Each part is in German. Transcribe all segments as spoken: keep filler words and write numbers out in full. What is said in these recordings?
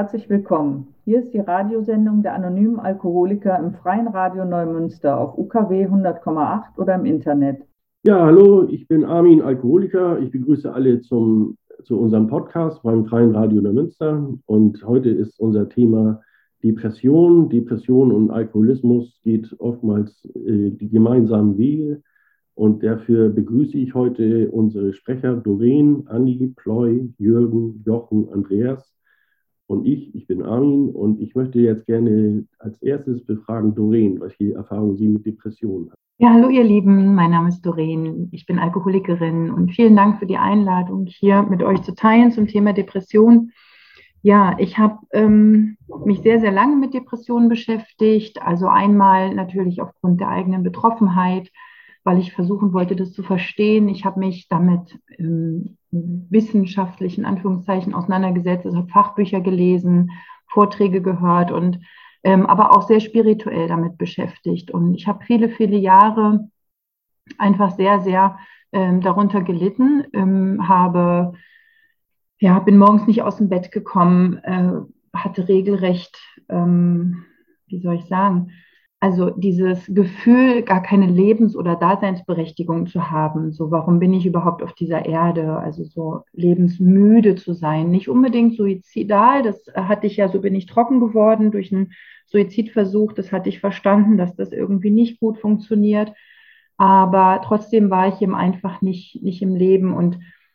herzlich willkommen. Hier ist die Radiosendung der Anonymen Alkoholiker im Freien Radio Neumünster auf U K W hundert Komma acht oder im Internet. Ja, hallo, ich bin Armin, Alkoholiker. Ich begrüße alle zum, zu unserem Podcast beim Freien Radio Neumünster. Und heute ist unser Thema Depression. Depression und Alkoholismus geht oftmals äh, die gemeinsamen Wege. Und dafür begrüße ich heute unsere Sprecher Doreen, Anni, Ploy, Jürgen, Jochen, Andreas und ich. Ich bin Armin und ich möchte jetzt gerne als erstes befragen Doreen, welche Erfahrungen sie mit Depressionen hat. Ja, hallo ihr Lieben, mein Name ist Doreen, ich bin Alkoholikerin und vielen Dank für die Einladung, hier mit euch zu teilen zum Thema Depression. Ja, ich habe ähm, mich sehr, sehr lange mit Depressionen beschäftigt, also einmal natürlich aufgrund der eigenen Betroffenheit, weil ich versuchen wollte, das zu verstehen. Ich habe mich damit ähm, wissenschaftlich in Anführungszeichen auseinandergesetzt, also habe Fachbücher gelesen, Vorträge gehört und ähm, aber auch sehr spirituell damit beschäftigt. Und ich habe viele, viele Jahre einfach sehr, sehr ähm, darunter gelitten, ähm, habe, ja, bin morgens nicht aus dem Bett gekommen, äh, hatte regelrecht, ähm, wie soll ich sagen, also dieses Gefühl, gar keine Lebens- oder Daseinsberechtigung zu haben. So, warum bin ich überhaupt auf dieser Erde? Also so lebensmüde zu sein. Nicht unbedingt suizidal, das hatte ich ja, so bin ich trocken geworden durch einen Suizidversuch. Das hatte ich verstanden, dass das irgendwie nicht gut funktioniert. Aber trotzdem war ich eben einfach nicht, nicht im Leben. Und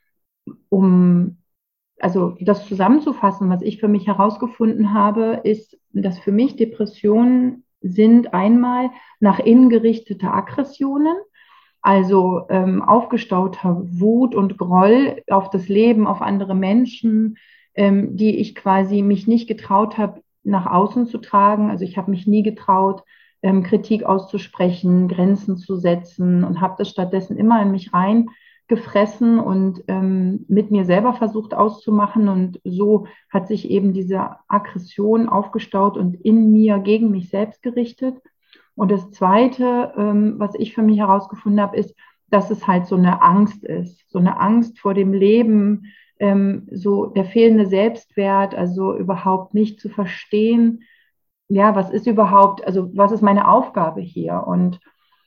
um also das zusammenzufassen, was ich für mich herausgefunden habe, ist, dass für mich Depressionen sind einmal nach innen gerichtete Aggressionen, also ähm, aufgestauter Wut und Groll auf das Leben, auf andere Menschen, ähm, die ich quasi mich nicht getraut habe, nach außen zu tragen. Also ich habe mich nie getraut, ähm, Kritik auszusprechen, Grenzen zu setzen und habe das stattdessen immer in mich rein gefressen und ähm, mit mir selber versucht auszumachen. Und so hat sich eben diese Aggression aufgestaut und in mir gegen mich selbst gerichtet. Und das Zweite, ähm, was ich für mich herausgefunden habe, ist, dass es halt so eine Angst ist, so eine Angst vor dem Leben, ähm, so der fehlende Selbstwert, also überhaupt nicht zu verstehen, ja, was ist überhaupt, also was ist meine Aufgabe hier? Und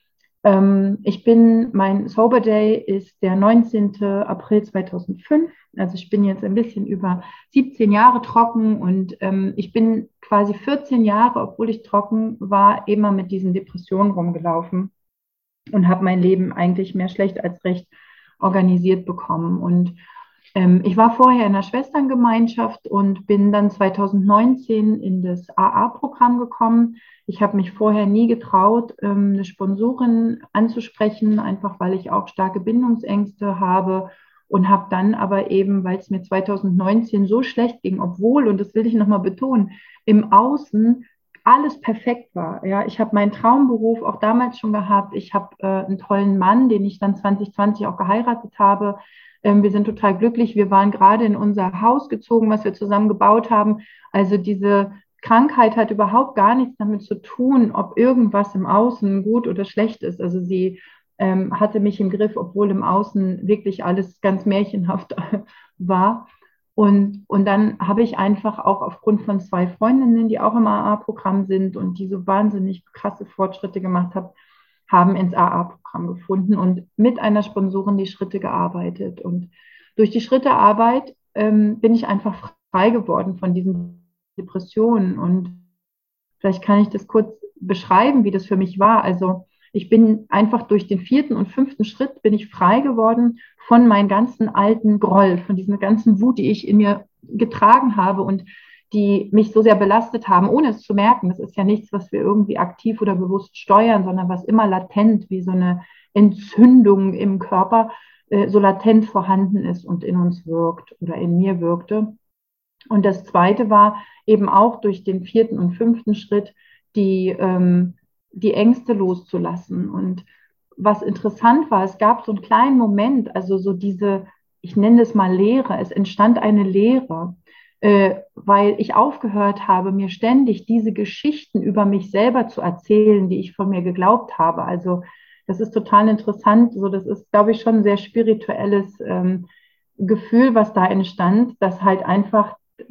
ähm, ich bin, mein Sober Day ist der neunzehnten April zweitausendfünf. Also ich bin jetzt ein bisschen über siebzehn Jahre trocken und ähm, ich bin quasi vierzehn Jahre, obwohl ich trocken war, immer mit diesen Depressionen rumgelaufen und habe mein Leben eigentlich mehr schlecht als recht organisiert bekommen. Und ähm, ich war vorher in der Schwesterngemeinschaft und bin dann zweitausendneunzehn in das A A-Programm gekommen. Ich habe mich vorher nie getraut, ähm, eine Sponsorin anzusprechen, einfach weil ich auch starke Bindungsängste habe und habe dann aber eben, weil es mir zweitausendneunzehn so schlecht ging, obwohl, und das will ich nochmal betonen, im Außen alles perfekt war. Ja, ich habe meinen Traumberuf auch damals schon gehabt. Ich habe äh, einen tollen Mann, den ich dann zwanzig zwanzig auch geheiratet habe. Ähm, wir sind total glücklich. Wir waren gerade in unser Haus gezogen, was wir zusammen gebaut haben. Also diese Krankheit hat überhaupt gar nichts damit zu tun, ob irgendwas im Außen gut oder schlecht ist. Also sie ähm, hatte mich im Griff, obwohl im Außen wirklich alles ganz märchenhaft war. Und, und dann habe ich einfach auch aufgrund von zwei Freundinnen, die auch im A A-Programm sind und die so wahnsinnig krasse Fortschritte gemacht haben, haben ins A A-Programm gefunden und mit einer Sponsorin die Schritte gearbeitet. Und durch die Schrittearbeit ähm, bin ich einfach frei geworden von diesen Depressionen. Und vielleicht kann ich das kurz beschreiben, wie das für mich war. Also ich bin einfach durch den vierten und fünften Schritt bin ich frei geworden von meinem ganzen alten Groll, von dieser ganzen Wut, die ich in mir getragen habe und die mich so sehr belastet haben, ohne es zu merken. Das ist ja nichts, was wir irgendwie aktiv oder bewusst steuern, sondern was immer latent, wie so eine Entzündung im Körper, äh, so latent vorhanden ist und in uns wirkt oder in mir wirkte. Und das Zweite war eben auch durch den vierten und fünften Schritt die, ähm, die Ängste loszulassen. Und was interessant war, es gab so einen kleinen Moment, also so diese, ich nenne es mal Leere, es entstand eine Leere, äh, weil ich aufgehört habe, mir ständig diese Geschichten über mich selber zu erzählen, die ich von mir geglaubt habe. Also das ist total interessant, so das ist, glaube ich, schon ein sehr spirituelles ähm, Gefühl, was da entstand, dass halt einfach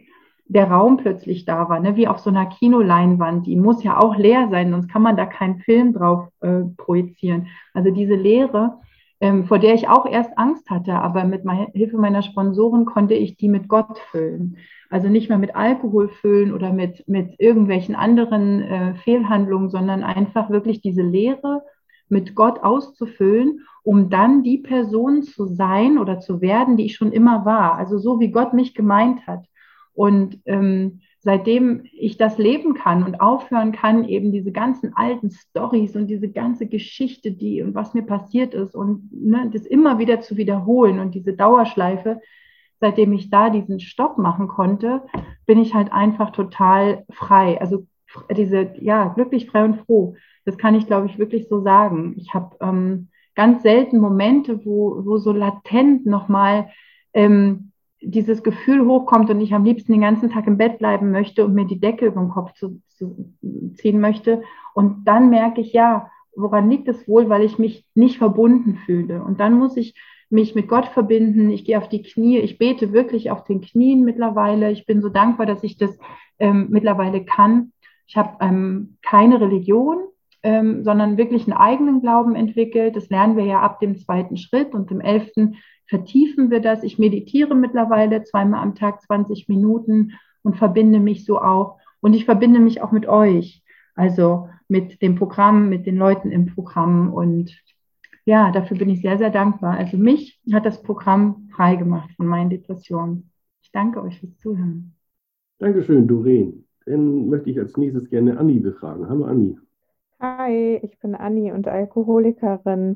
der Raum plötzlich da war, ne? Wie auf so einer Kinoleinwand. Die muss ja auch leer sein, sonst kann man da keinen Film drauf äh, projizieren. Also diese Leere, ähm, vor der ich auch erst Angst hatte, aber mit mein, Hilfe meiner Sponsoren konnte ich die mit Gott füllen. Also nicht mehr mit Alkohol füllen oder mit, mit irgendwelchen anderen äh, Fehlhandlungen, sondern einfach wirklich diese Leere mit Gott auszufüllen, um dann die Person zu sein oder zu werden, die ich schon immer war. Also so wie Gott mich gemeint hat. Und ähm, seitdem ich das leben kann und aufhören kann, eben diese ganzen alten Storys und diese ganze Geschichte, die und was mir passiert ist und ne, das immer wieder zu wiederholen und diese Dauerschleife, seitdem ich da diesen Stopp machen konnte, bin ich halt einfach total frei. Also diese, ja, glücklich, frei und froh. Das kann ich, glaube ich, wirklich so sagen. Ich habe ähm, ganz selten Momente, wo, wo so latent nochmal ähm, dieses Gefühl hochkommt und ich am liebsten den ganzen Tag im Bett bleiben möchte und mir die Decke über den Kopf zu, zu ziehen möchte. Und dann merke ich, ja, woran liegt es wohl? Weil ich mich nicht verbunden fühle. Und dann muss ich mich mit Gott verbinden. Ich gehe auf die Knie. Ich bete wirklich auf den Knien mittlerweile. Ich bin so dankbar, dass ich das ähm, mittlerweile kann. Ich habe ähm, keine Religion, ähm, sondern wirklich einen eigenen Glauben entwickelt. Das lernen wir ja ab dem zweiten Schritt und im elften vertiefen wir das. Ich meditiere mittlerweile zweimal am Tag zwanzig Minuten und verbinde mich so auch. Und ich verbinde mich auch mit euch, also mit dem Programm, mit den Leuten im Programm. Und ja, dafür bin ich sehr, sehr dankbar. Also mich hat das Programm frei gemacht von meinen Depressionen. Ich danke euch fürs Zuhören. Dankeschön, Doreen. Dann möchte ich als nächstes gerne Anni befragen. Hallo Anni. Hi, ich bin Anni und Alkoholikerin.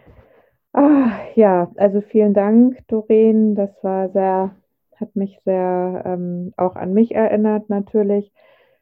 Ah, ja, also vielen Dank, Doreen. Das war sehr, hat mich sehr ähm, auch an mich erinnert natürlich.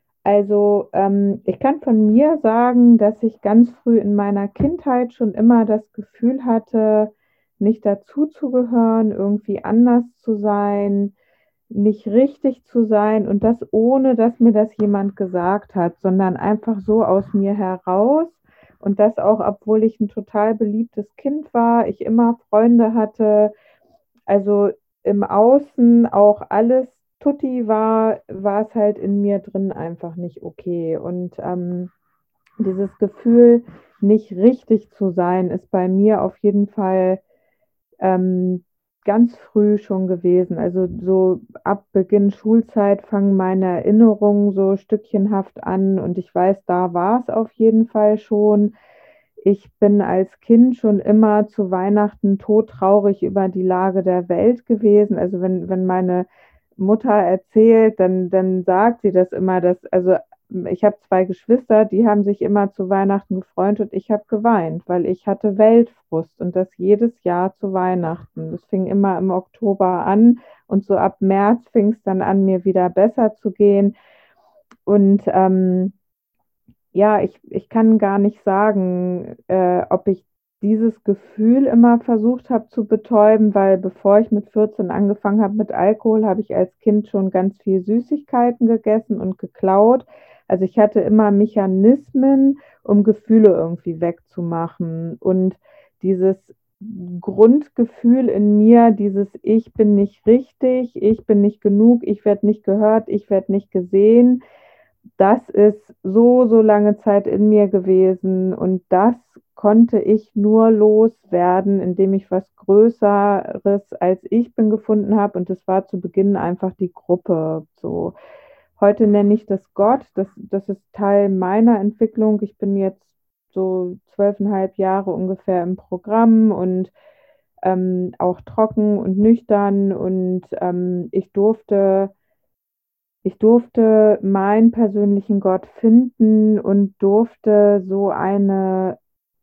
Also ähm, ich kann von mir sagen, dass ich ganz früh in meiner Kindheit schon immer das Gefühl hatte, nicht dazuzugehören, irgendwie anders zu sein, nicht richtig zu sein und das ohne, dass mir das jemand gesagt hat, sondern einfach so aus mir heraus. Und das auch, obwohl ich ein total beliebtes Kind war, ich immer Freunde hatte, also im Außen auch alles tutti war, war es halt in mir drin einfach nicht okay. Und ähm, dieses Gefühl, nicht richtig zu sein, ist bei mir auf jeden Fall ähm, ganz früh schon gewesen. Also so ab Beginn Schulzeit fangen meine Erinnerungen so stückchenhaft an und ich weiß, da war es auf jeden Fall schon. Ich bin als Kind schon immer zu Weihnachten todtraurig über die Lage der Welt gewesen. Also wenn, wenn meine Mutter erzählt, dann, dann sagt sie das immer, dass, also ich habe zwei Geschwister, die haben sich immer zu Weihnachten gefreut und ich habe geweint, weil ich hatte Weltfrust und das jedes Jahr zu Weihnachten. Das fing immer im Oktober an und so ab März fing es dann an, mir wieder besser zu gehen. Und ähm, ja, ich, ich kann gar nicht sagen, äh, ob ich dieses Gefühl immer versucht habe zu betäuben, weil bevor ich mit vierzehn angefangen habe mit Alkohol, habe ich als Kind schon ganz viel Süßigkeiten gegessen und geklaut. Also ich hatte immer Mechanismen, um Gefühle irgendwie wegzumachen. Und dieses Grundgefühl in mir, dieses Ich bin nicht richtig, ich bin nicht genug, ich werde nicht gehört, ich werde nicht gesehen, das ist so, so lange Zeit in mir gewesen und das konnte ich nur loswerden, indem ich was Größeres als ich bin gefunden habe und das war zu Beginn einfach die Gruppe. So, heute nenne ich das Gott, das, das ist Teil meiner Entwicklung. Ich bin jetzt so zwölfeinhalb Jahre ungefähr im Programm und ähm, auch trocken und nüchtern und ähm, ich durfte ich durfte meinen persönlichen Gott finden und durfte so eine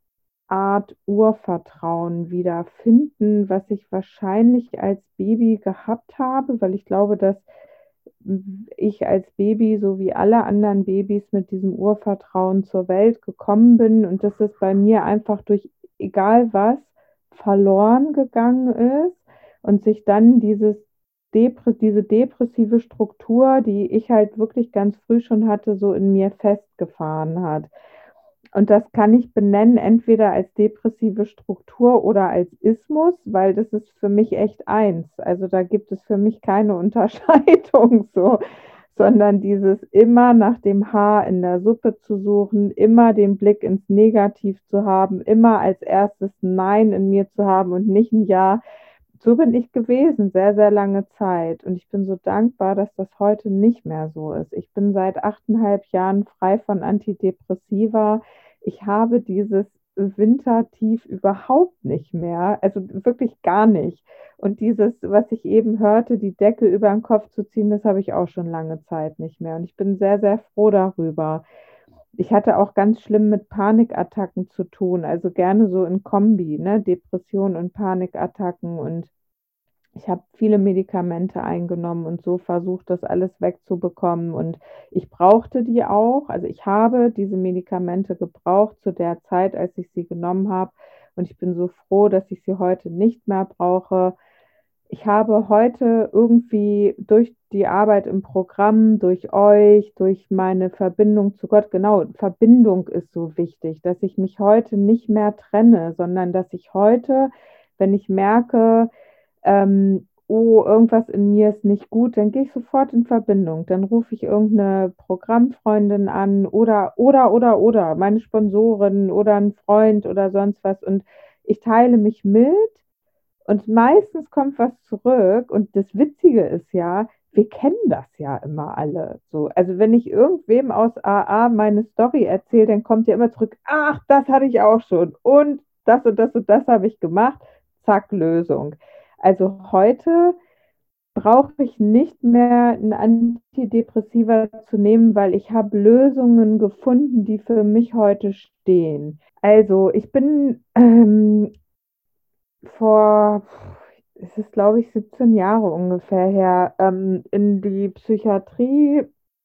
Art Urvertrauen wiederfinden, was ich wahrscheinlich als Baby gehabt habe, weil ich glaube, dass ich als Baby, so wie alle anderen Babys, mit diesem Urvertrauen zur Welt gekommen bin und dass es bei mir einfach durch egal was verloren gegangen ist und sich dann dieses Depre diese depressive Struktur, die ich halt wirklich ganz früh schon hatte, so in mir festgefahren hat. Und das kann ich benennen, entweder als depressive Struktur oder als Ismus, weil das ist für mich echt eins. Also da gibt es für mich keine Unterscheidung so. sondern dieses immer nach dem Haar in der Suppe zu suchen, immer den Blick ins Negativ zu haben, immer als erstes ein Nein in mir zu haben und nicht ein Ja. So bin ich gewesen, sehr, sehr lange Zeit. Und ich bin so dankbar, dass das heute nicht mehr so ist. Ich bin seit achteinhalb Jahren frei von Antidepressiva. Ich habe dieses Wintertief überhaupt nicht mehr, also wirklich gar nicht. Und dieses, was ich eben hörte, die Decke über den Kopf zu ziehen, das habe ich auch schon lange Zeit nicht mehr. Und ich bin sehr, sehr froh darüber. Ich hatte auch ganz schlimm mit Panikattacken zu tun, also gerne so in Kombi, ne? Depression und Panikattacken. Und ich habe viele Medikamente eingenommen und so versucht, das alles wegzubekommen. Und ich brauchte die auch. Also ich habe diese Medikamente gebraucht zu der Zeit, als ich sie genommen habe. Und ich bin so froh, dass ich sie heute nicht mehr brauche. Ich habe heute irgendwie durch die Arbeit im Programm, durch euch, durch meine Verbindung zu Gott, genau, Verbindung ist so wichtig, dass ich mich heute nicht mehr trenne, sondern dass ich heute, wenn ich merke, ähm, oh, irgendwas in mir ist nicht gut, dann gehe ich sofort in Verbindung. Dann rufe ich irgendeine Programmfreundin an oder, oder, oder, oder, meine Sponsorin oder einen Freund oder sonst was und ich teile mich mit und meistens kommt was zurück und das Witzige ist ja, wir kennen das ja immer alle. So, also wenn ich irgendwem aus A A meine Story erzähle, dann kommt ja immer zurück, ach, das hatte ich auch schon und das und das und das habe ich gemacht, zack, Lösung. Also heute brauche ich nicht mehr ein Antidepressiva zu nehmen, weil ich habe Lösungen gefunden, die für mich heute stehen. Also ich bin ähm, vor, es ist glaube ich siebzehn Jahre ungefähr her, ähm, in die Psychiatrie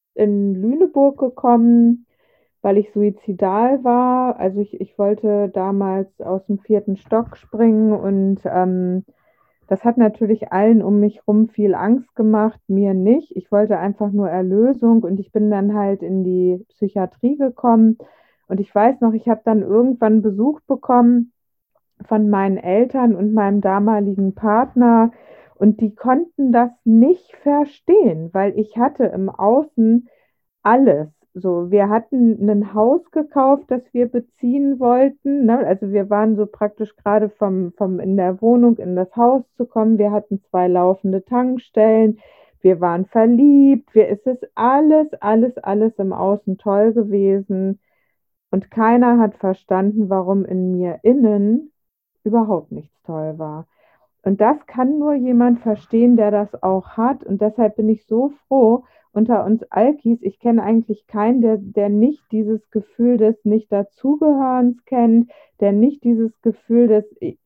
in Lüneburg gekommen, weil ich suizidal war. Also ich, ich wollte damals aus dem vierten Stock springen und ähm, das hat natürlich allen um mich rum viel Angst gemacht, mir nicht. Ich wollte einfach nur Erlösung und ich bin dann halt in die Psychiatrie gekommen. Und ich weiß noch, ich habe dann irgendwann Besuch bekommen von meinen Eltern und meinem damaligen Partner. Und die konnten das nicht verstehen, weil ich hatte im Außen alles. So, wir hatten ein Haus gekauft, das wir beziehen wollten. Ne? Also wir waren so praktisch gerade vom, vom in der Wohnung in das Haus zu kommen. Wir hatten zwei laufende Tankstellen. Wir waren verliebt. Wir, es ist alles, alles, alles im Außen toll gewesen. Und keiner hat verstanden, warum in mir innen überhaupt nichts toll war. Und das kann nur jemand verstehen, der das auch hat. Und deshalb bin ich so froh, unter uns Alkis, ich kenne eigentlich keinen, der, der nicht dieses Gefühl des Nicht-Dazugehörens kennt, der nicht dieses Gefühl des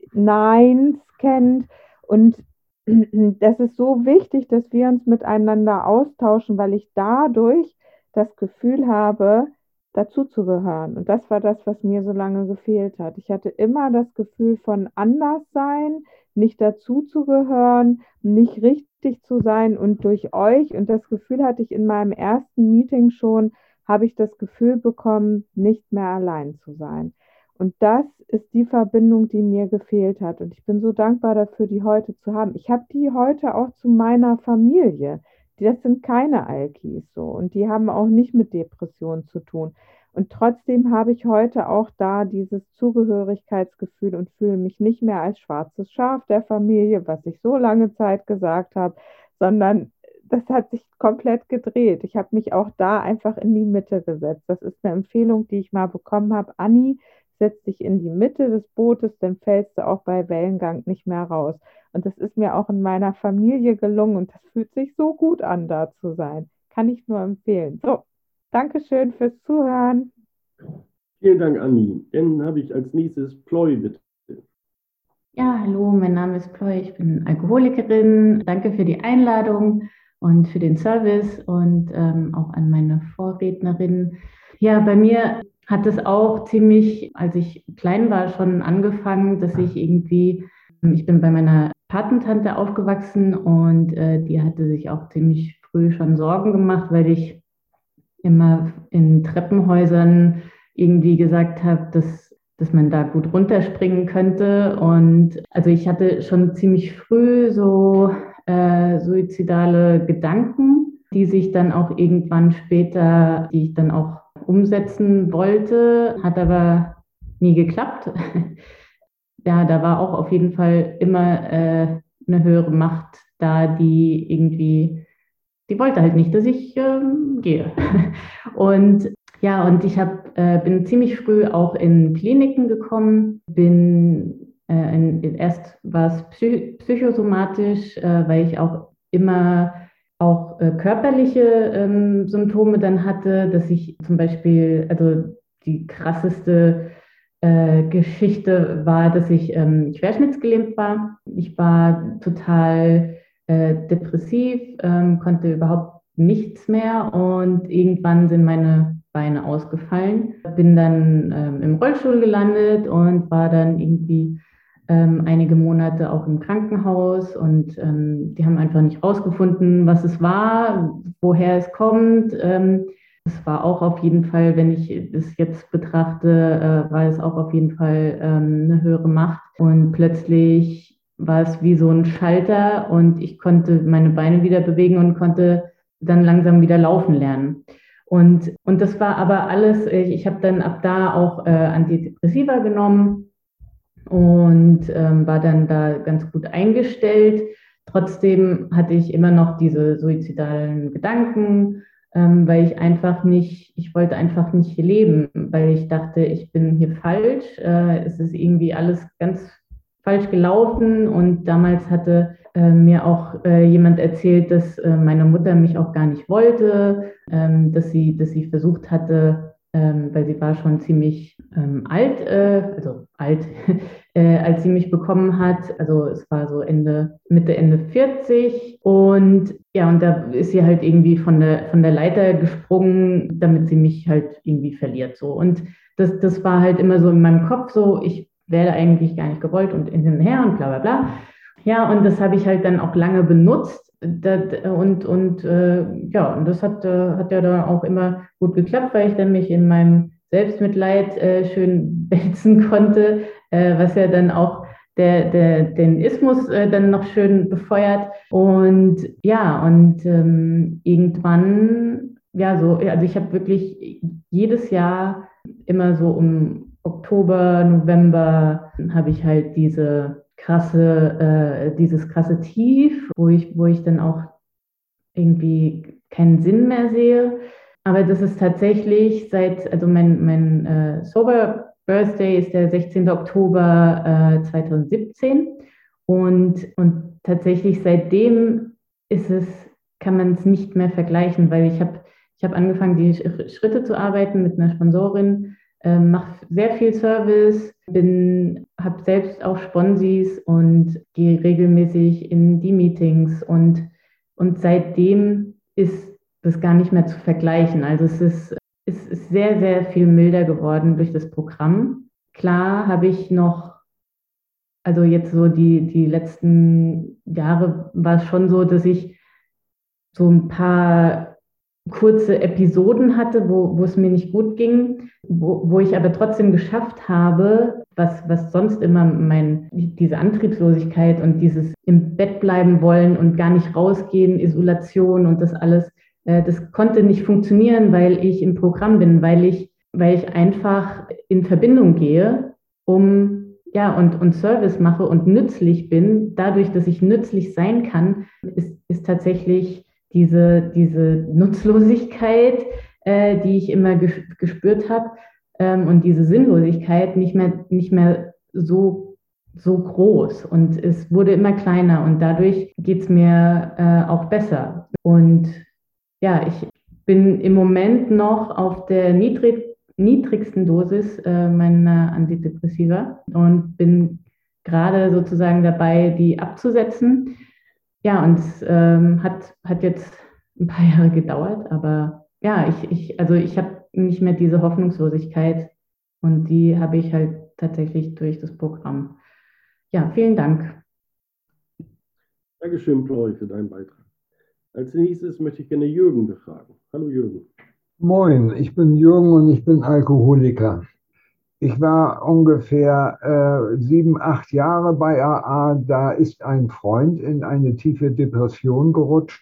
Neins kennt. Und das ist so wichtig, dass wir uns miteinander austauschen, weil ich dadurch das Gefühl habe, dazuzugehören. Und das war das, was mir so lange gefehlt hat. Ich hatte immer das Gefühl von Anderssein, nicht dazuzugehören, nicht richtig zu sein und durch euch, und das Gefühl hatte ich in meinem ersten Meeting schon, habe ich das Gefühl bekommen, nicht mehr allein zu sein. Und das ist die Verbindung, die mir gefehlt hat. Und ich bin so dankbar dafür, die heute zu haben. Ich habe die heute auch zu meiner Familie. Das sind keine Alkis so und die haben auch nicht mit Depressionen zu tun. Und trotzdem habe ich heute auch da dieses Zugehörigkeitsgefühl und fühle mich nicht mehr als schwarzes Schaf der Familie, was ich so lange Zeit gesagt habe, sondern das hat sich komplett gedreht. Ich habe mich auch da einfach in die Mitte gesetzt. Das ist eine Empfehlung, die ich mal bekommen habe. Anni, setz dich in die Mitte des Bootes, dann fällst du auch bei Wellengang nicht mehr raus. Und das ist mir auch in meiner Familie gelungen und das fühlt sich so gut an, da zu sein. Kann ich nur empfehlen. So, Dankeschön fürs Zuhören. Vielen Dank, Anni. Dann habe ich als nächstes Ploy, bitte. Ja, hallo, mein Name ist Ploy, ich bin Alkoholikerin. Danke für die Einladung und für den Service und ähm, auch an meine Vorrednerin. Ja, bei mir hat es auch ziemlich, als ich klein war, schon angefangen, dass ich irgendwie, ich bin bei meiner Patentante aufgewachsen und äh, die hatte sich auch ziemlich früh schon Sorgen gemacht, weil ich immer in Treppenhäusern irgendwie gesagt habe, dass, dass man da gut runterspringen könnte. Und also ich hatte schon ziemlich früh so äh, suizidale Gedanken die sich dann auch irgendwann später, die ich dann auch umsetzen wollte, hat aber nie geklappt. Ja, da war auch auf jeden Fall immer äh, eine höhere Macht da, die irgendwie, die wollte halt nicht, dass ich ähm, gehe. Und ja, und ich hab, äh, bin ziemlich früh auch in Kliniken gekommen, bin äh, in, erst war es psych psychosomatisch, äh, weil ich auch immer auch äh, körperliche ähm, Symptome dann hatte, dass ich zum Beispiel, also die krasseste äh, Geschichte war, dass ich ähm, querschnittsgelähmt war. Ich war total äh, depressiv, ähm, konnte überhaupt nichts mehr und irgendwann sind meine Beine ausgefallen. Bin dann ähm, im Rollstuhl gelandet und war dann irgendwie ähm, einige Monate auch im Krankenhaus und ähm, die haben einfach nicht rausgefunden, was es war, woher es kommt. Ähm, es war auch auf jeden Fall, wenn ich es jetzt betrachte, äh, war es auch auf jeden Fall ähm, eine höhere Macht. Und plötzlich war es wie so ein Schalter und ich konnte meine Beine wieder bewegen und konnte dann langsam wieder laufen lernen. Und, und das war aber alles, ich, ich habe dann ab da auch äh, Antidepressiva genommen und ähm, war dann da ganz gut eingestellt. Trotzdem hatte ich immer noch diese suizidalen Gedanken, ähm, weil ich einfach nicht, ich wollte einfach nicht hier leben, weil ich dachte, ich bin hier falsch. Äh, es ist irgendwie alles ganz falsch gelaufen und damals hatte äh, mir auch äh, jemand erzählt, dass äh, meine Mutter mich auch gar nicht wollte, ähm, dass sie, dass sie versucht hatte, ähm, weil sie war schon ziemlich ähm, alt, äh, also alt, äh, als sie mich bekommen hat. Also es war so Ende, Mitte, Ende vierzig und ja, und da ist sie halt irgendwie von der, von der Leiter gesprungen, damit sie mich halt irgendwie verliert, so. Und das, das war halt immer so in meinem Kopf so, ich werde eigentlich gar nicht gewollt und hin und her und bla bla bla. Ja, und das habe ich halt dann auch lange benutzt. Und, und äh, ja, und das hat, äh, hat ja dann auch immer gut geklappt, weil ich dann mich in meinem Selbstmitleid äh, schön wälzen konnte, äh, was ja dann auch der, der, den Ismus äh, dann noch schön befeuert. Und ja, und ähm, irgendwann, ja, so, also ich habe wirklich jedes Jahr immer so um Oktober, November habe ich halt diese krasse, äh, dieses krasse Tief, wo ich, wo ich dann auch irgendwie keinen Sinn mehr sehe. Aber das ist tatsächlich seit, also mein, mein äh, Sober Birthday ist der sechzehnten Oktober äh, zweitausendsiebzehn und, und tatsächlich seitdem ist es, kann man es nicht mehr vergleichen, weil ich habe ich hab angefangen, die Schritte zu arbeiten mit einer Sponsorin, äh, mache sehr viel Service, bin, habe selbst auch Sponsis und gehe regelmäßig in die Meetings und, und seitdem ist das gar nicht mehr zu vergleichen. Also es ist, es ist sehr, sehr viel milder geworden durch das Programm. Klar habe ich noch, also jetzt so die, die letzten Jahre war es schon so, dass ich so ein paar kurze Episoden hatte, wo, wo es mir nicht gut ging, wo, wo ich aber trotzdem geschafft habe, was, was sonst immer mein, diese Antriebslosigkeit und dieses im Bett bleiben wollen und gar nicht rausgehen, Isolation und das alles, äh, das konnte nicht funktionieren, weil ich im Programm bin, weil ich, weil ich einfach in Verbindung gehe, um ja, und, und Service mache und nützlich bin. Dadurch, dass ich nützlich sein kann, ist, ist tatsächlich diese, diese Nutzlosigkeit, äh, die ich immer ges gespürt habe, ähm, und diese Sinnlosigkeit nicht mehr, nicht mehr so, so groß. Und es wurde immer kleiner und dadurch geht es mir äh, auch besser. Und ja, ich bin im Moment noch auf der niedrig, niedrigsten Dosis äh, meiner Antidepressiva und bin gerade sozusagen dabei, die abzusetzen. Ja, und es ähm, hat, hat jetzt ein paar Jahre gedauert, aber ja, ich, ich, also ich habe nicht mehr diese Hoffnungslosigkeit und die habe ich halt tatsächlich durch das Programm. Ja, vielen Dank. Dankeschön, Chloe, für deinen Beitrag. Als nächstes möchte ich gerne Jürgen befragen. Hallo Jürgen. Moin, ich bin Jürgen und ich bin Alkoholiker. Ich war ungefähr äh, sieben, acht Jahre bei A A. Da ist ein Freund in eine tiefe Depression gerutscht.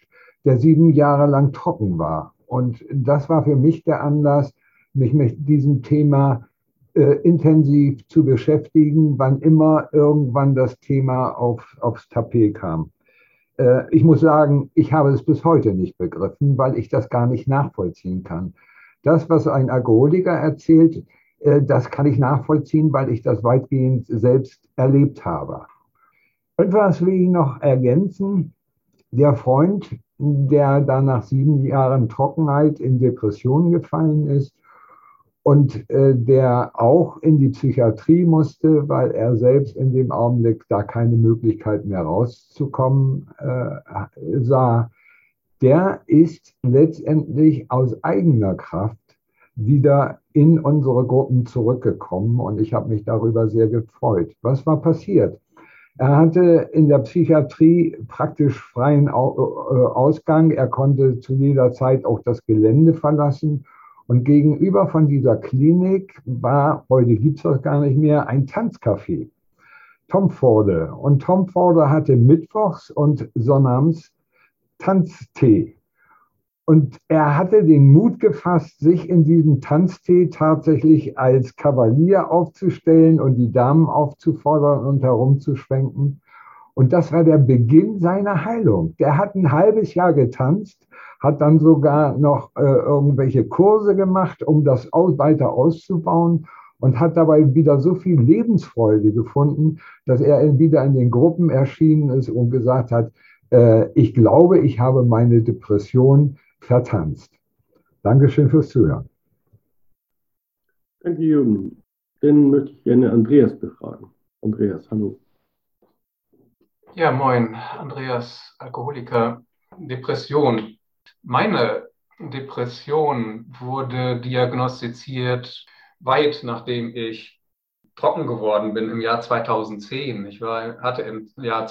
der sieben Jahre lang trocken war. Und das war für mich der Anlass, mich mit diesem Thema äh, intensiv zu beschäftigen, wann immer irgendwann das Thema auf, aufs Tapet kam. Äh, ich muss sagen, ich habe es bis heute nicht begriffen, weil ich das gar nicht nachvollziehen kann. Das, was ein Alkoholiker erzählt, äh, das kann ich nachvollziehen, weil ich das weitgehend selbst erlebt habe. Etwas will ich noch ergänzen. Der Freund, der dann nach sieben Jahren Trockenheit in Depressionen gefallen ist und äh, der auch in die Psychiatrie musste, weil er selbst in dem Augenblick da keine Möglichkeit mehr rauszukommen äh, sah, der ist letztendlich aus eigener Kraft wieder in unsere Gruppen zurückgekommen und ich habe mich darüber sehr gefreut. Was war passiert? Er hatte in der Psychiatrie praktisch freien Ausgang. Er konnte zu jeder Zeit auch das Gelände verlassen. Und gegenüber von dieser Klinik war, heute gibt es das gar nicht mehr, ein Tanzcafé. Tom Forde. Und Tom Forde hatte mittwochs und sonnabends Tanztee. Und er hatte den Mut gefasst, sich in diesem Tanztee tatsächlich als Kavalier aufzustellen und die Damen aufzufordern und herumzuschwenken. Und das war der Beginn seiner Heilung. Der hat ein halbes Jahr getanzt, hat dann sogar noch äh, irgendwelche Kurse gemacht, um das aus, weiter auszubauen und hat dabei wieder so viel Lebensfreude gefunden, dass er wieder in den Gruppen erschienen ist und gesagt hat, äh, ich glaube, ich habe meine Depression vertanzt. Dankeschön fürs Zuhören. Danke, Jürgen. Dann möchte ich gerne Andreas befragen. Andreas, hallo. Ja, moin, Andreas, Alkoholiker, Depression. Meine Depression wurde diagnostiziert weit nachdem ich trocken geworden bin im Jahr zweitausendzehn. Ich war, hatte im Jahr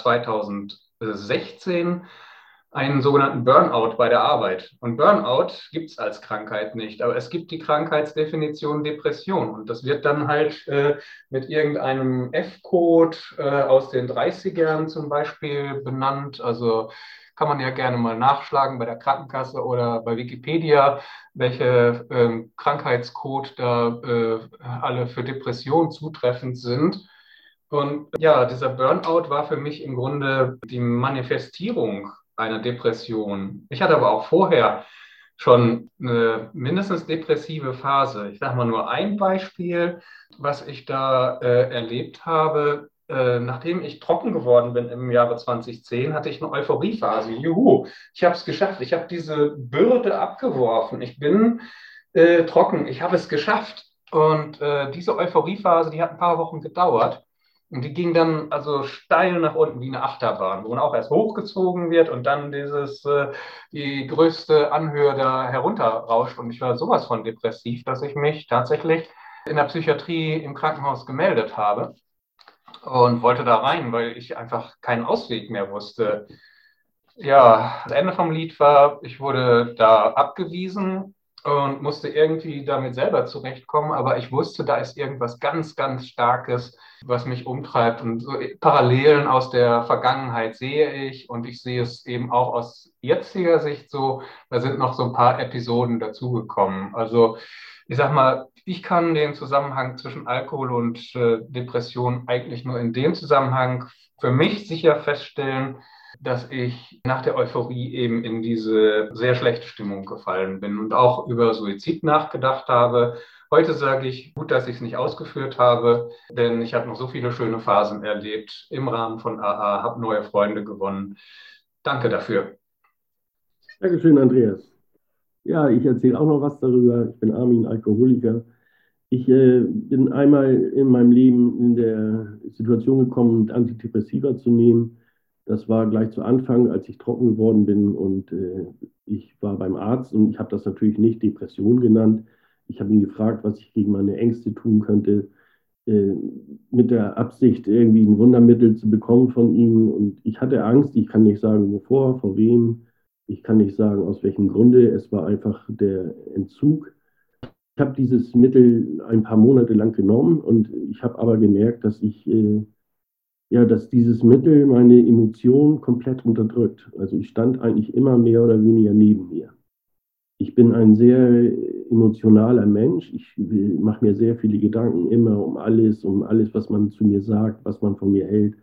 zweitausendsechzehn einen sogenannten Burnout bei der Arbeit. Und Burnout gibt es als Krankheit nicht, aber es gibt die Krankheitsdefinition Depression. Und das wird dann halt äh, mit irgendeinem F-Code äh, aus den dreißigern zum Beispiel benannt. Also kann man ja gerne mal nachschlagen bei der Krankenkasse oder bei Wikipedia, welche äh, Krankheitscode da äh, alle für Depression zutreffend sind. Und ja, dieser Burnout war für mich im Grunde die Manifestierung einer Depression. Ich hatte aber auch vorher schon eine mindestens depressive Phase. Ich sage mal nur ein Beispiel, was ich da äh, erlebt habe. Äh, nachdem ich trocken geworden bin im Jahre zweitausendzehn, hatte ich eine Euphoriephase. Juhu, ich habe es geschafft. Ich habe diese Bürde abgeworfen. Ich bin äh, trocken. Ich habe es geschafft. Und äh, diese Euphoriephase, die hat ein paar Wochen gedauert. Und die ging dann also steil nach unten wie eine Achterbahn, wo man auch erst hochgezogen wird und dann dieses, äh, die größte Anhöhe da herunterrauscht. Und ich war sowas von depressiv, dass ich mich tatsächlich in der Psychiatrie im Krankenhaus gemeldet habe und wollte da rein, weil ich einfach keinen Ausweg mehr wusste. Ja, das Ende vom Lied war, ich wurde da abgewiesen und musste irgendwie damit selber zurechtkommen, aber ich wusste, da ist irgendwas ganz, ganz Starkes, was mich umtreibt und so Parallelen aus der Vergangenheit sehe ich und ich sehe es eben auch aus jetziger Sicht so, da sind noch so ein paar Episoden dazugekommen. Also ich sag mal, ich kann den Zusammenhang zwischen Alkohol und äh, Depression eigentlich nur in dem Zusammenhang für mich sicher feststellen, dass ich nach der Euphorie eben in diese sehr schlechte Stimmung gefallen bin und auch über Suizid nachgedacht habe. Heute sage ich, gut, dass ich es nicht ausgeführt habe, denn ich habe noch so viele schöne Phasen erlebt im Rahmen von A A, habe neue Freunde gewonnen. Danke dafür. Dankeschön, Andreas. Ja, ich erzähle auch noch was darüber. Ich bin Armin, Alkoholiker. Ich äh, bin einmal in meinem Leben in der Situation gekommen, Antidepressiva zu nehmen. Das war gleich zu Anfang, als ich trocken geworden bin und äh, ich war beim Arzt und ich habe das natürlich nicht Depression genannt. Ich habe ihn gefragt, was ich gegen meine Ängste tun könnte, äh, mit der Absicht, irgendwie ein Wundermittel zu bekommen von ihm. Und ich hatte Angst, ich kann nicht sagen, wovor, vor wem. Ich kann nicht sagen, aus welchem Grunde. Es war einfach der Entzug. Ich habe dieses Mittel ein paar Monate lang genommen und ich habe aber gemerkt, dass ich äh, ja, dass dieses Mittel meine Emotionen komplett unterdrückt. Also ich stand eigentlich immer mehr oder weniger neben mir. Ich bin ein sehr emotionaler Mensch. Ich mache mir sehr viele Gedanken immer um alles, um alles, was man zu mir sagt, was man von mir hält.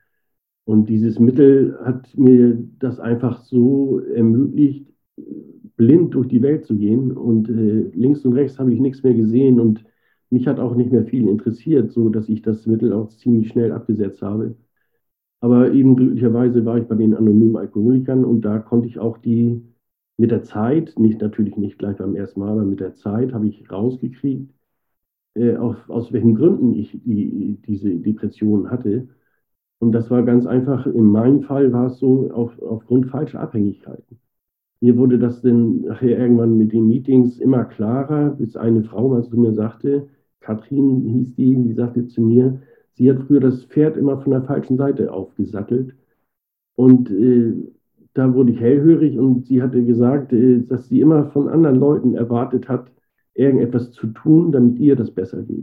Und dieses Mittel hat mir das einfach so ermöglicht, blind durch die Welt zu gehen. Und äh, links und rechts habe ich nichts mehr gesehen und mich hat auch nicht mehr viel interessiert, so dass ich das Mittel auch ziemlich schnell abgesetzt habe. Aber eben glücklicherweise war ich bei den anonymen Alkoholikern und da konnte ich auch die mit der Zeit, nicht natürlich nicht gleich beim ersten Mal, aber mit der Zeit habe ich rausgekriegt, äh, auf, aus welchen Gründen ich die, diese Depression hatte. Und das war ganz einfach, in meinem Fall war es so auf, aufgrund falscher Abhängigkeiten. Mir wurde das dann nachher irgendwann mit den Meetings immer klarer, bis eine Frau mal zu mir sagte, Katrin hieß die, die sagte zu mir, sie hat früher das Pferd immer von der falschen Seite aufgesattelt. Und äh, da wurde ich hellhörig und sie hatte gesagt, äh, dass sie immer von anderen Leuten erwartet hat, irgendetwas zu tun, damit ihr das besser geht.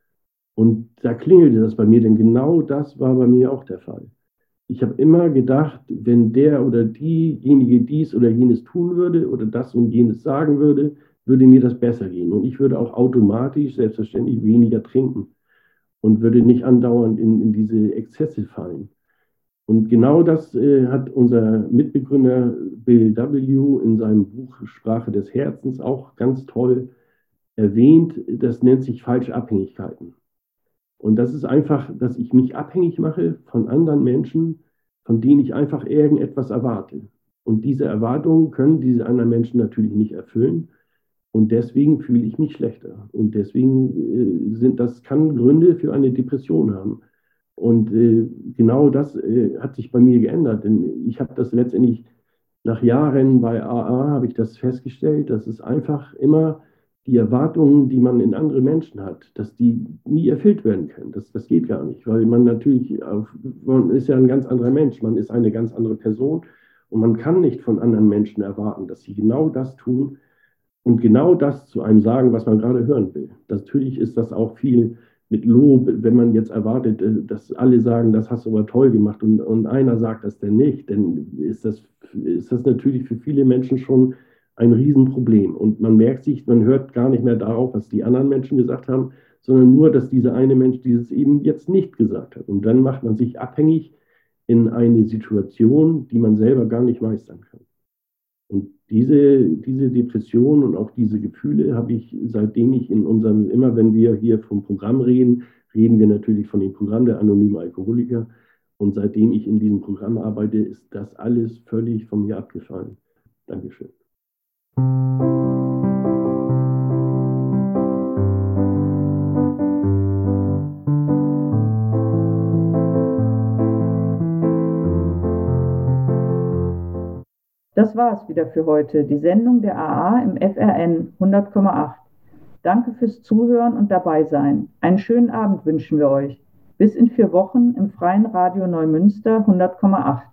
Und da klingelte das bei mir, denn genau das war bei mir auch der Fall. Ich habe immer gedacht, wenn der oder diejenige dies oder jenes tun würde oder das und jenes sagen würde, würde mir das besser gehen. Und ich würde auch automatisch, selbstverständlich, weniger trinken und würde nicht andauernd in, in diese Exzesse fallen. Und genau das äh, hat unser Mitbegründer Bill W. in seinem Buch Sprache des Herzens auch ganz toll erwähnt. Das nennt sich falsche Abhängigkeiten. Und das ist einfach, dass ich mich abhängig mache von anderen Menschen, von denen ich einfach irgendetwas erwarte. Und diese Erwartungen können diese anderen Menschen natürlich nicht erfüllen. Und deswegen fühle ich mich schlechter. Und deswegen äh, sind das kann Gründe für eine Depression haben. Und äh, genau das äh, hat sich bei mir geändert. Denn ich habe das letztendlich nach Jahren bei A A habe ich das festgestellt, dass es einfach immer die Erwartungen, die man in andere Menschen hat, dass die nie erfüllt werden können. Das, das geht gar nicht, weil man natürlich, auf, man ist ja ein ganz anderer Mensch, man ist eine ganz andere Person und man kann nicht von anderen Menschen erwarten, dass sie genau das tun und genau das zu einem sagen, was man gerade hören will. Natürlich ist das auch viel mit Lob, wenn man jetzt erwartet, dass alle sagen, das hast du aber toll gemacht und, und einer sagt das denn nicht, dann ist das, ist das natürlich für viele Menschen schon ein Riesenproblem. Und man merkt sich, man hört gar nicht mehr darauf, was die anderen Menschen gesagt haben, sondern nur, dass dieser eine Mensch dieses eben jetzt nicht gesagt hat. Und dann macht man sich abhängig in eine Situation, die man selber gar nicht meistern kann. Und diese, diese Depression und auch diese Gefühle habe ich, seitdem ich in unserem, immer wenn wir hier vom Programm reden, reden wir natürlich von dem Programm der anonymen Alkoholiker. Und seitdem ich in diesem Programm arbeite, ist das alles völlig von mir abgefallen. Dankeschön. Das war es wieder für heute, die Sendung der A A im F R N hundert Komma acht. Danke fürs Zuhören und dabei sein. Einen schönen Abend wünschen wir euch. Bis in vier Wochen im Freien Radio Neumünster hundert Komma acht.